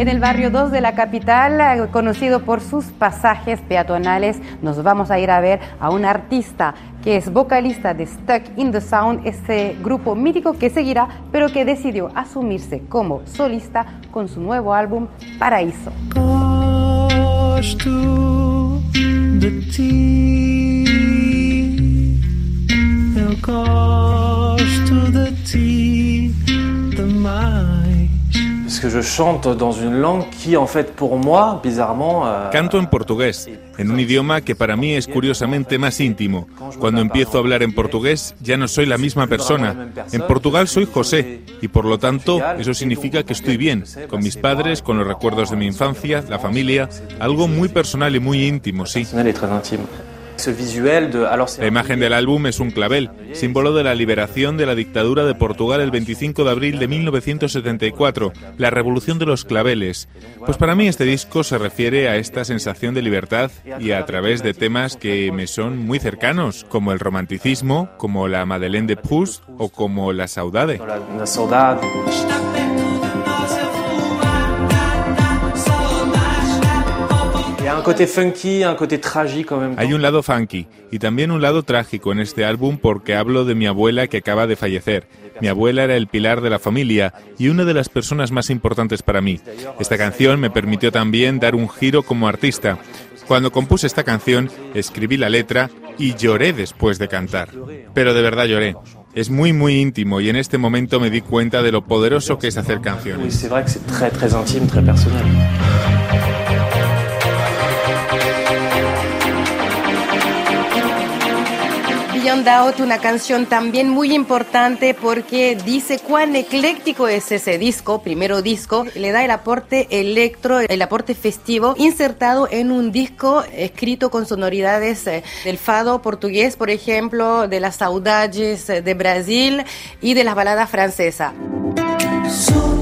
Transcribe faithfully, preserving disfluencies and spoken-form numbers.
En el barrio dos de la capital, conocido por sus pasajes peatonales, nos vamos a ir a ver a un artista que es vocalista de Stuck in the Sound, ese grupo mítico que seguirá, pero que decidió asumirse como solista con su nuevo álbum Paraíso. Gosto de ti, eu gosto de ti demais. Parce que je chante dans une langue qui, en fait, pour moi, bizarrement... Euh... Canto en portugués, en un idioma que para mí es curiosamente más íntimo. Cuando empiezo a hablar en portugués, ya no soy la misma persona. En Portugal soy José, y por lo tanto, eso significa que estoy bien, con mis padres, con los recuerdos de mi infancia, la familia, algo muy personal y muy íntimo, sí. La imagen del álbum es un clavel, símbolo de la liberación de la dictadura de Portugal el veinticinco de abril de mil novecientos setenta y cuatro, la revolución de los claveles. Pues para mí este disco se refiere a esta sensación de libertad y a través de temas que me son muy cercanos, como el romanticismo, como la Madeleine de Proust o como la saudade. Hay un lado funky y también un lado trágico en este álbum porque hablo de mi abuela que acaba de fallecer. Mi abuela era el pilar de la familia y una de las personas más importantes para mí. Esta canción me permitió también dar un giro como artista. Cuando compuse esta canción, escribí la letra y lloré después de cantar. Pero de verdad lloré. Es muy muy íntimo y en este momento me di cuenta de lo poderoso que es hacer canciones. Beyond Doubt, una canción también muy importante porque dice cuán ecléctico es ese disco, primero disco, le da el aporte electro, el aporte festivo, insertado en un disco escrito con sonoridades del fado portugués, por ejemplo, de las saudades de Brasil y de las baladas francesas.